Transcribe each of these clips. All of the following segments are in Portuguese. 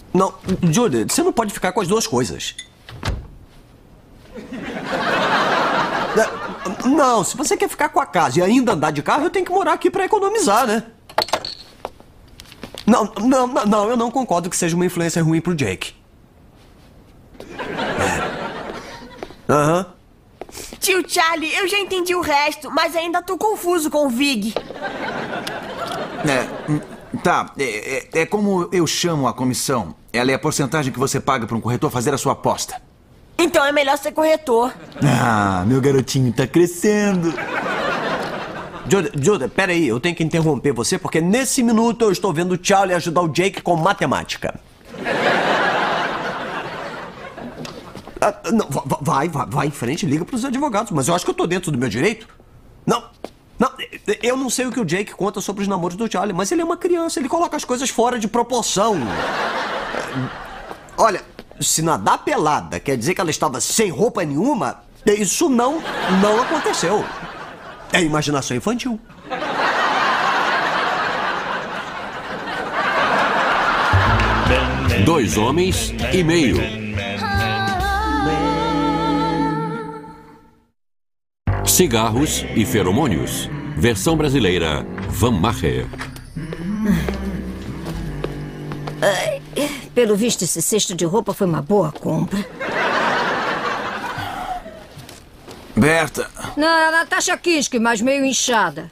Não, Judy, você não pode ficar com as duas coisas. Não, se você quer ficar com a casa e ainda andar de carro, eu tenho que morar aqui pra economizar, né? Não, eu não concordo que seja uma influência ruim pro Jake. Aham. Tio Charlie, eu já entendi o resto, mas ainda tô confuso com o Vig. É como eu chamo a comissão. Ela é a porcentagem que você paga para um corretor fazer a sua aposta. Então é melhor ser corretor. Ah, meu garotinho tá crescendo. Judy, peraí, eu tenho que interromper você porque nesse minuto eu estou vendo o Charlie ajudar o Jake com matemática. Não, vai em frente, liga pros advogados, mas eu acho que eu tô dentro do meu direito. Não, eu não sei o que o Jake conta sobre os namoros do Charlie, mas ele é uma criança, ele coloca as coisas fora de proporção. Olha, se nadar pelada quer dizer que ela estava sem roupa nenhuma, isso não aconteceu. É imaginação infantil. Dois homens e meio. Cigarros e feromônios. Versão brasileira, Van Maher. Pelo visto, esse cesto de roupa foi uma boa compra. Berta, Não, é a Natasha Kinski, mas meio inchada.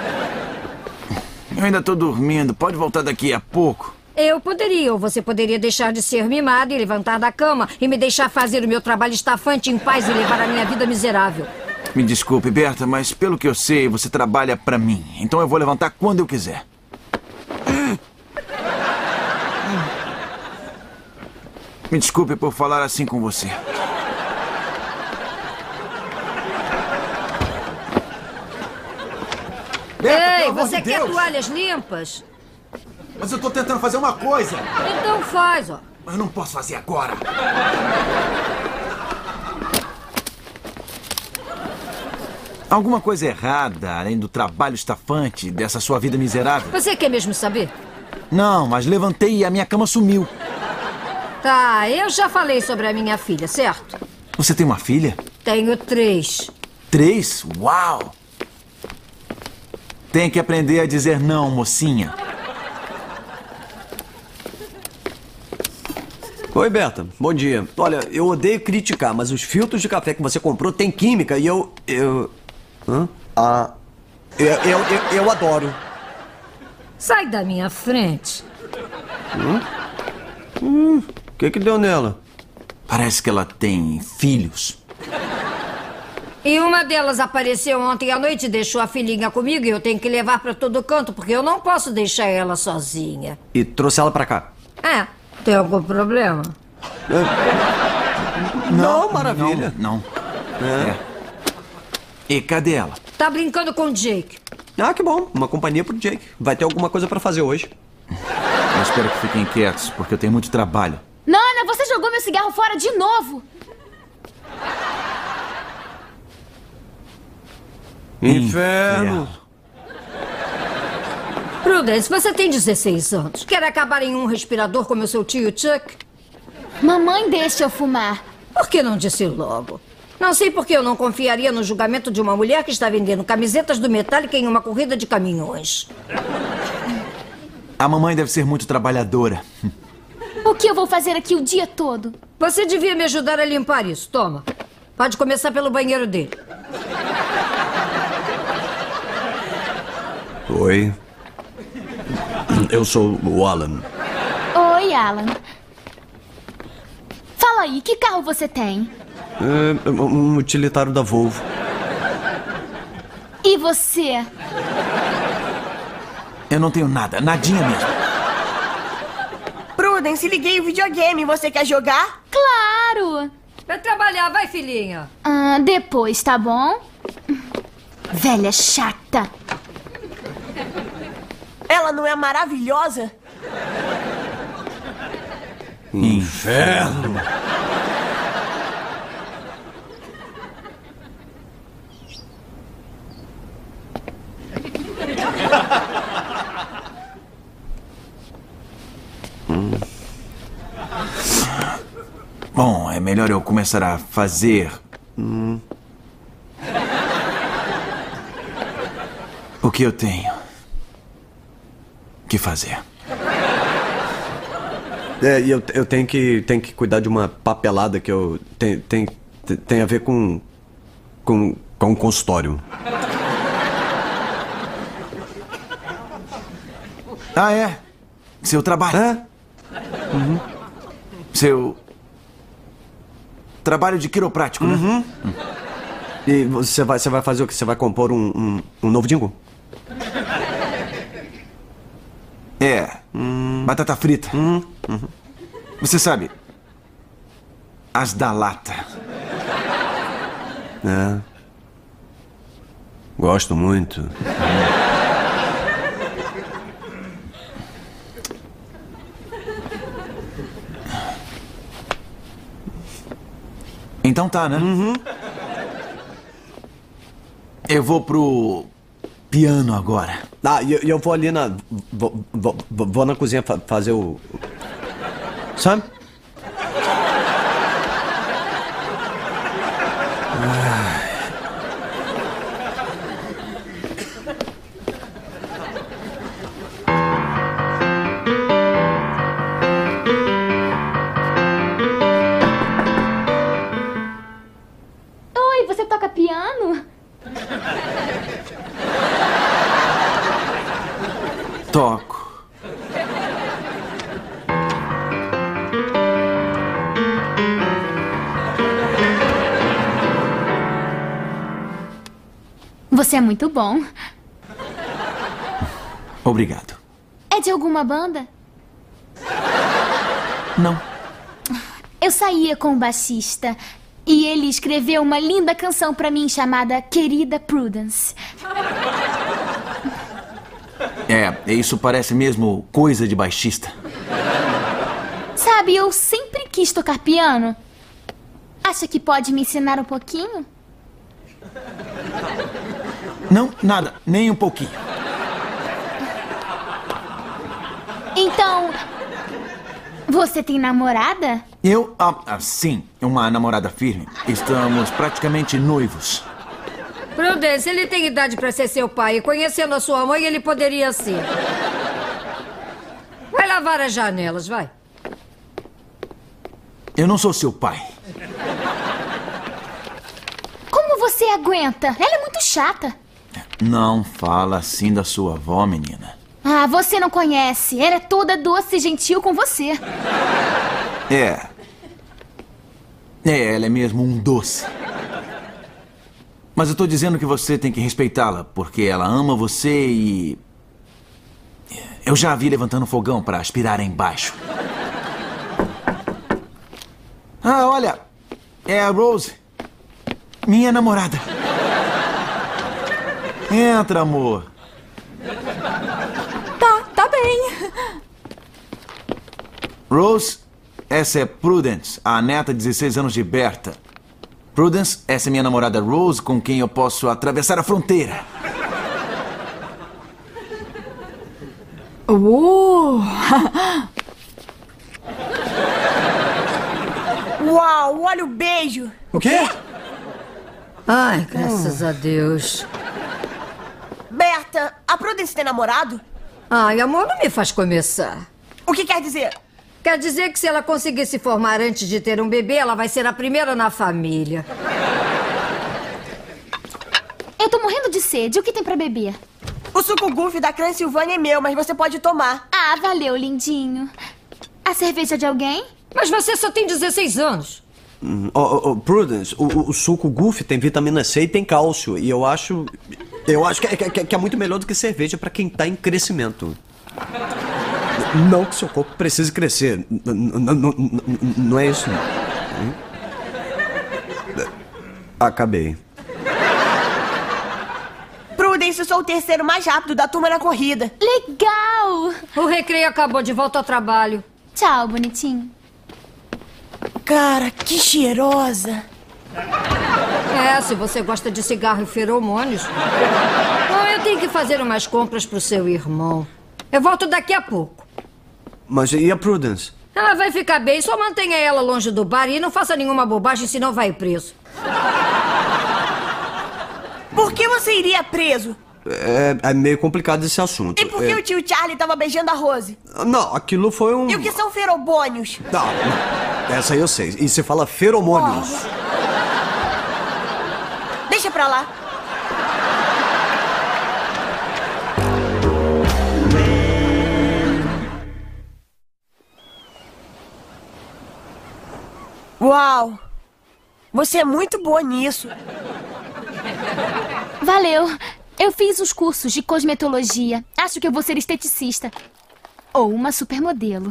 eu ainda tô dormindo. Pode voltar daqui a pouco. Eu poderia, ou você poderia deixar de ser mimada e levantar da cama e me deixar fazer o meu trabalho estafante em paz e levar a minha vida miserável. Me desculpe, Berta, mas pelo que eu sei, você trabalha pra mim. Então eu vou levantar quando eu quiser. Me desculpe por falar assim com você. Berta, Ei, você quer toalhas limpas? Mas eu tô tentando fazer uma coisa. Então faz, ó. Mas eu não posso fazer agora. Alguma coisa errada, além do trabalho estafante dessa sua vida miserável? Você quer mesmo saber? Não, mas levantei e a minha cama sumiu. Tá, eu já falei sobre a minha filha, certo? Você tem uma filha? Tenho 3. 3? Uau! Tem que aprender a dizer não, mocinha. Oi, Berta. Bom dia. Olha, eu odeio criticar, mas os filtros de café que você comprou têm química e eu... Hã? Eu adoro. Sai da minha frente. O que deu nela? Parece que ela tem filhos. E uma delas apareceu ontem à noite e deixou a filhinha comigo e eu tenho que levar pra todo canto porque eu não posso deixar ela sozinha. E trouxe ela pra cá? Tem algum problema? Não, maravilha. Não. E cadê ela? Tá brincando com o Jake. Ah, que bom. Uma companhia pro Jake. Vai ter alguma coisa pra fazer hoje. Eu espero que fiquem quietos, porque eu tenho muito trabalho. Nana, você jogou meu cigarro fora de novo. Inferno. Prudence, você tem 16 anos. Quer acabar em um respirador como o seu tio Chuck? Mamãe deixa eu fumar. Por que não disse logo? Não sei por que eu não confiaria no julgamento de uma mulher que está vendendo camisetas do Metallica em uma corrida de caminhões. A mamãe deve ser muito trabalhadora. O que eu vou fazer aqui o dia todo? Você devia me ajudar a limpar isso. Toma. Pode começar pelo banheiro dele. Oi. Eu sou o Alan. Oi, Alan. Fala aí, que carro você tem? Um utilitário da Volvo. E você? Eu não tenho nada, nadinha mesmo. Prudence, liguei o videogame. Você quer jogar? Claro! Vai trabalhar, vai, filhinha. Depois, tá bom? Velha chata. Ela não é maravilhosa? Inferno. Bom, é melhor eu começar a fazer... o que eu tenho que fazer. E eu tenho que cuidar de uma papelada que eu... Tem a ver com um consultório. Ah, é? Seu trabalho? É? Seu... trabalho de quiroprático, né? E você vai fazer o quê? Você vai compor um novo jingle? É. Batata frita. Você sabe... as da lata. É. Gosto muito. Então tá, né? Eu vou pro piano agora. Ah, e eu vou ali na... Vou na cozinha fazer o... Sabe? Oi, você toca piano? Toco. Você é muito bom. Obrigado. É de alguma banda? Não. Eu saía com o baixista e ele escreveu uma linda canção pra mim chamada Querida Prudence. Isso parece mesmo coisa de baixista. Sabe, eu sempre quis tocar piano. Acha que pode me ensinar um pouquinho? Não, nada, nem um pouquinho. Então, você tem namorada? Eu, sim, uma namorada firme. Estamos praticamente noivos. Prudence, ele tem idade pra ser seu pai. E conhecendo a sua mãe, ele poderia ser. Vai lavar as janelas, vai. Eu não sou seu pai. Como você aguenta? Ela é muito chata. Não fala assim da sua avó, menina. Ah, você não conhece. Ela é toda doce e gentil com você. Ela é mesmo um doce. Mas eu tô dizendo que você tem que respeitá-la, porque ela ama você e... eu já a vi levantando fogão pra aspirar embaixo. Ah, olha, é a Rose, minha namorada. Entra, amor. Tá bem. Rose, essa é Prudence, a neta de 16 anos de Berta. Prudence, essa é minha namorada Rose, com quem eu posso atravessar a fronteira. Uau, olha o beijo. O quê? Ai, graças a Deus. Berta, a Prudence tem namorado? Ai, amor, não me faz começar. O que quer dizer? Quer dizer que se ela conseguir se formar antes de ter um bebê, ela vai ser a primeira na família. Eu tô morrendo de sede. O que tem pra beber? O suco Goofy da Transilvânia é meu, mas você pode tomar. Ah, valeu, lindinho. A cerveja de alguém? Mas você só tem 16 anos. Prudence, o suco Goofy tem vitamina C e tem cálcio. E eu acho que é muito melhor do que cerveja pra quem tá em crescimento. Não que seu corpo precise crescer. Não é isso. Acabei. Prudence, eu sou o terceiro mais rápido da turma na corrida. Legal! O recreio acabou, de volta ao trabalho. Tchau, bonitinho. Cara, que cheirosa. Se você gosta de cigarro e feromônios. Bom, eu tenho que fazer umas compras pro seu irmão. Eu volto daqui a pouco. Mas e a Prudence? Ela vai ficar bem, só mantenha ela longe do bar e não faça nenhuma bobagem, senão vai preso. Por que você iria preso? É meio complicado esse assunto. E por que o tio Charlie tava beijando a Rose? Não, aquilo foi um... E o que são feromônios? Não, essa aí eu sei. E você fala feromônios. Deixa pra lá. Uau! Você é muito boa nisso. Valeu. Eu fiz os cursos de cosmetologia. Acho que eu vou ser esteticista. Ou uma supermodelo.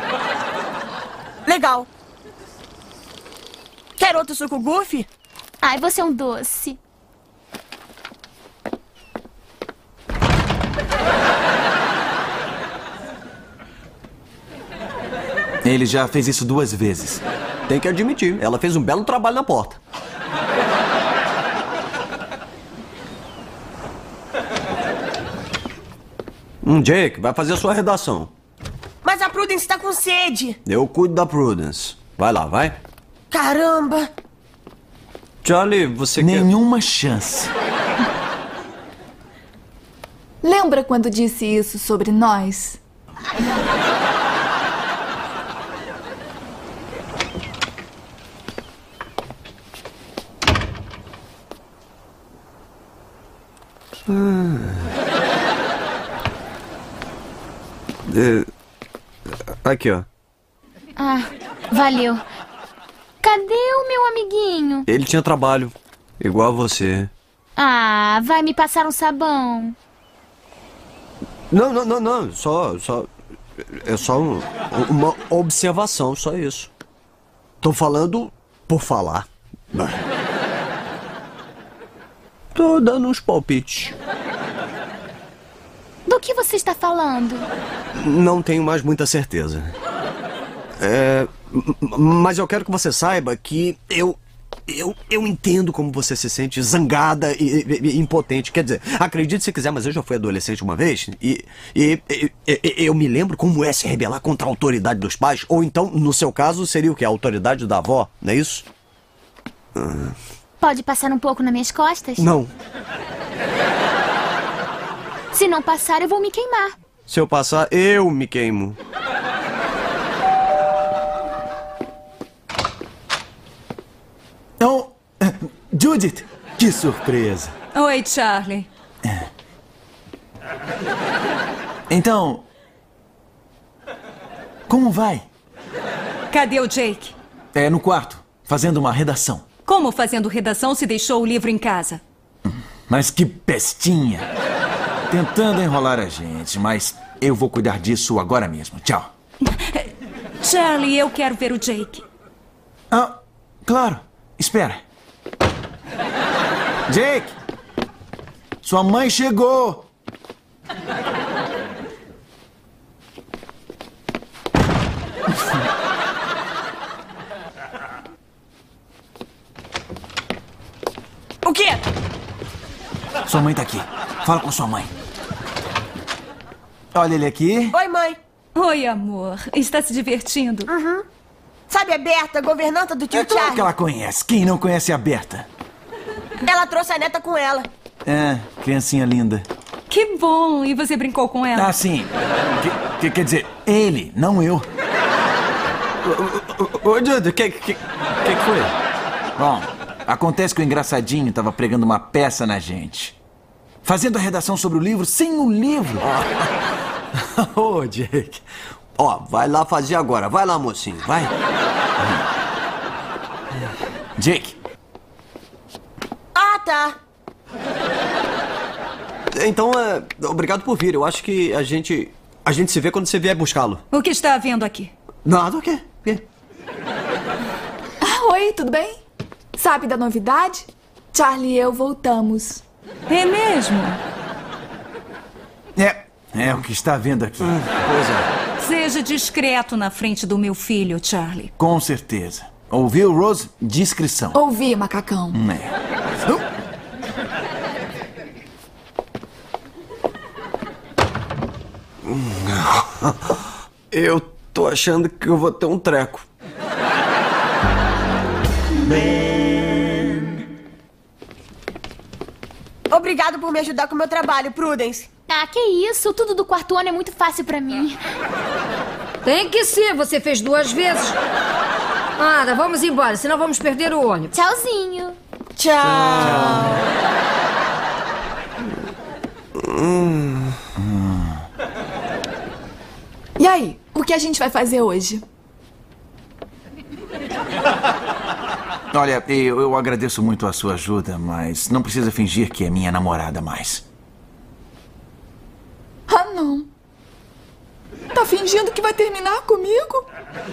Legal. Quer outro suco Goofy? Ai, você é um doce. Ele já fez isso 2 vezes. Tem que admitir, ela fez um belo trabalho na porta. Jake, vai fazer a sua redação. Mas a Prudence tá com sede. Eu cuido da Prudence. Vai lá, vai. Caramba! Charlie, você Nenhuma chance. Lembra quando disse isso sobre nós? Aqui, ó. Ah, valeu. Cadê o meu amiguinho? Ele tinha trabalho, igual a você. Ah, vai me passar um sabão. Não. É só uma observação, só isso. Tô falando por falar. Tô dando uns palpites. Do que você está falando? Não tenho mais muita certeza. Mas eu quero que você saiba que eu entendo como você se sente zangada e impotente. Quer dizer, acredite se quiser, mas eu já fui adolescente uma vez e eu me lembro como é se rebelar contra a autoridade dos pais. Ou então, no seu caso, seria o quê? A autoridade da avó, não é isso? Pode passar um pouco nas minhas costas? Não. Se não passar, eu vou me queimar. Se eu passar, eu me queimo. Oh, Judith, que surpresa. Oi, Charlie. Então, como vai? Cadê o Jake? É no quarto, fazendo uma redação. Como fazendo redação se deixou o livro em casa? Mas que pestinha. Tentando enrolar a gente, mas eu vou cuidar disso agora mesmo. Tchau. Charlie, eu quero ver o Jake. Ah, claro. Espera. Jake! Sua mãe chegou! O quê? Sua mãe tá aqui. Fala com sua mãe. Olha ele aqui. Oi, mãe. Oi, amor. Está se divertindo? Sabe a Berta, governanta do tio É claro Charlie? que ela conhece. Quem não conhece a Berta? Ela trouxe a neta com ela. É, criancinha linda. Que bom! E você brincou com ela? Ah, sim. Quer dizer, ele, não eu. Ô, Dudu, o que foi? Bom, acontece que o engraçadinho estava pregando uma peça na gente. Fazendo a redação sobre o livro sem o livro. Ô, Jake. Ó, vai lá fazer agora. Vai lá, mocinho, vai. Jake. Ah, tá. Então, obrigado por vir. Eu acho que a gente se vê quando você vier buscá-lo. O que está havendo aqui? Nada, o quê? Ah, oi, tudo bem? Sabe da novidade? Charlie e eu voltamos. É mesmo? É o que está vendo aqui. Pois é. Seja discreto na frente do meu filho, Charlie. Com certeza. Ouviu, Rose? Discrição. Ouvi, macacão. Eu Tô achando que eu vou ter um treco. Obrigado por me ajudar com o meu trabalho, Prudence. Ah, que isso? Tudo do quarto ano é muito fácil pra mim. Tem que ser, você fez 2 vezes. Anda, vamos embora, senão vamos perder o ônibus. Tchauzinho. Tchau. E aí, o que a gente vai fazer hoje? Olha, eu agradeço muito a sua ajuda, mas não precisa fingir que é minha namorada mais. Ah, não. Tá fingindo que vai terminar comigo?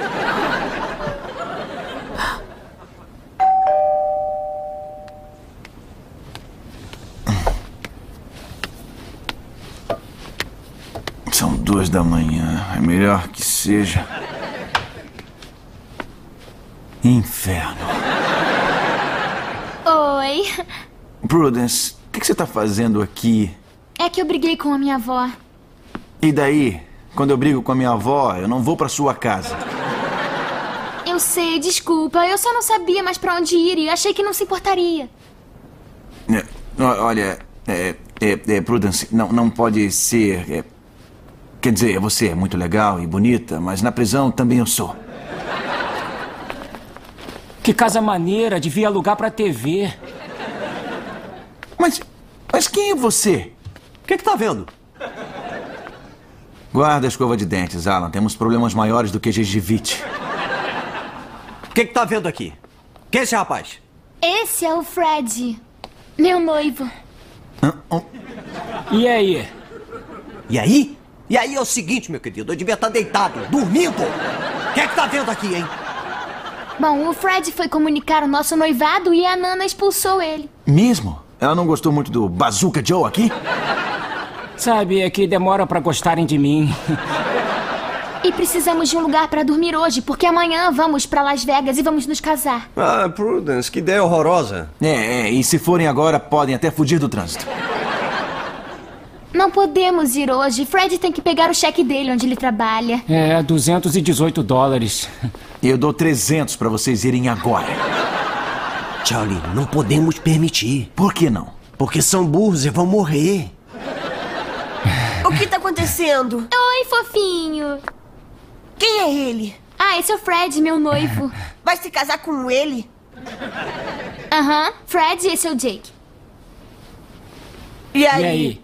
São 2 da manhã. É melhor que seja. Inferno. Oi. Prudence, o que você tá fazendo aqui? É que eu briguei com a minha avó. E daí? Quando eu brigo com a minha avó, eu não vou pra sua casa. Eu sei, desculpa. Eu só não sabia mais pra onde ir e achei que não se importaria. Olha, Prudence, não pode ser... quer dizer, você é muito legal e bonita, mas na prisão também eu sou. Que casa maneira, devia alugar pra TV. Mas quem é você? O que tá vendo? Guarda a escova de dentes, Alan. Temos problemas maiores do que gengivite. O que tá vendo aqui? Quem é esse rapaz? Esse é o Fred, meu noivo. E aí? E aí? E aí é o seguinte, meu querido, eu devia estar deitado, dormindo. O que tá vendo aqui, hein? Bom, o Fred foi comunicar o nosso noivado e a Nana expulsou ele. Mesmo? Ela não gostou muito do Bazooka Joe aqui? Sabe, é que demora pra gostarem de mim. E precisamos de um lugar pra dormir hoje, porque amanhã vamos pra Las Vegas e vamos nos casar. Ah, Prudence, que ideia horrorosa. E se forem agora, podem até fugir do trânsito. Não podemos ir hoje. Fred tem que pegar o cheque dele onde ele trabalha. É, $218. Eu dou 300 pra vocês irem agora. Charlie, não podemos permitir. Por que não? Porque são burros e vão morrer. O que tá acontecendo? Oi, fofinho. Quem é ele? Ah, esse é o Fred, meu noivo. Vai se casar com ele? Aham. Fred, esse é o Jake. E E aí?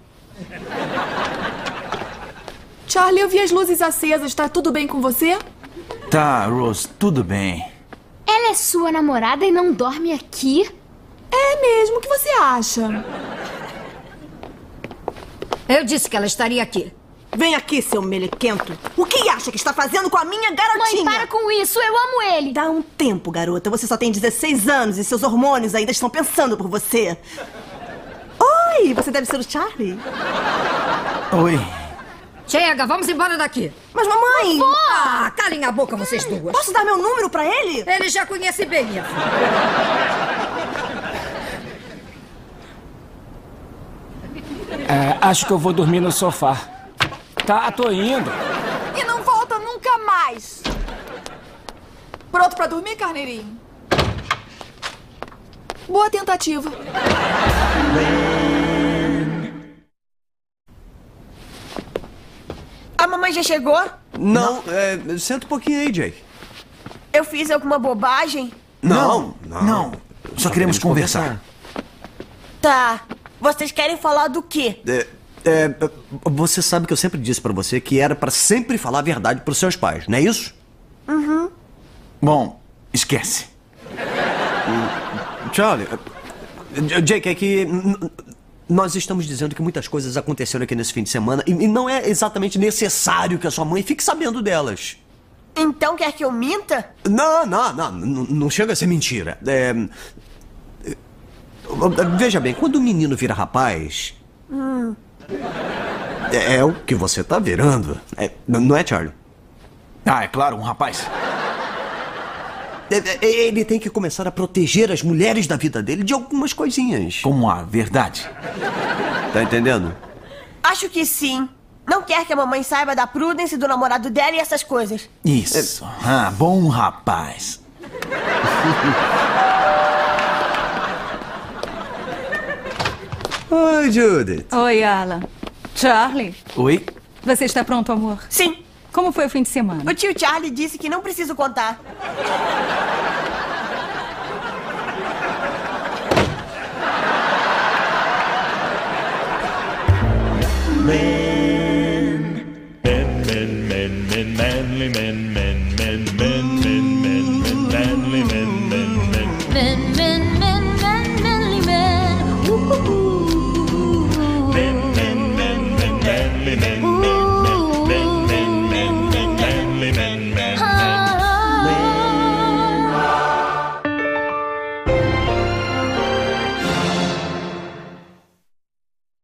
Charlie, eu vi as luzes acesas. Tá tudo bem com você? Tá, Rose, tudo bem. Ela é sua namorada e não dorme aqui? É mesmo, o que você acha? Eu disse que ela estaria aqui. Vem aqui, seu melequento. O que acha que está fazendo com a minha garotinha? Mãe, para com isso, eu amo ele. Dá um tempo, garota. Você só tem 16 anos e seus hormônios ainda estão pensando por você. Oi, você deve ser o Charlie. Oi. Chega, vamos embora daqui. Mas, mamãe... Ah, calem a boca vocês duas. Posso dar meu número pra ele? Ele já conhece bem minha filha. Acho que eu vou dormir no sofá. Tá, tô indo. E não volta nunca mais. Pronto pra dormir, carneirinho? Boa tentativa. A mamãe já chegou? Não, senta um pouquinho aí, Jake. Eu fiz alguma bobagem? Não. Só queremos conversar. Tá. Vocês querem falar do quê? Você sabe que eu sempre disse pra você que era pra sempre falar a verdade pros seus pais, não é isso? Uhum. Bom, esquece. Charlie, Jake, é que nós estamos dizendo que muitas coisas aconteceram aqui nesse fim de semana e não é exatamente necessário que a sua mãe fique sabendo delas. Então quer que eu minta? Não chega a ser mentira. Veja bem, quando o menino vira rapaz... É o que você tá virando. Não é, Charlie? Ah, é claro, um rapaz. Ele tem que começar a proteger as mulheres da vida dele de algumas coisinhas. Como a verdade. Tá entendendo? Acho que sim. Não quer que a mamãe saiba da Prudence, do namorado dela e essas coisas. Isso. Ah, bom rapaz. Oi, Judith. Oi, Alan. Charlie, Oi? você está pronto, amor? Sim. Como foi o fim de semana? O tio Charlie disse que não preciso contar. Man.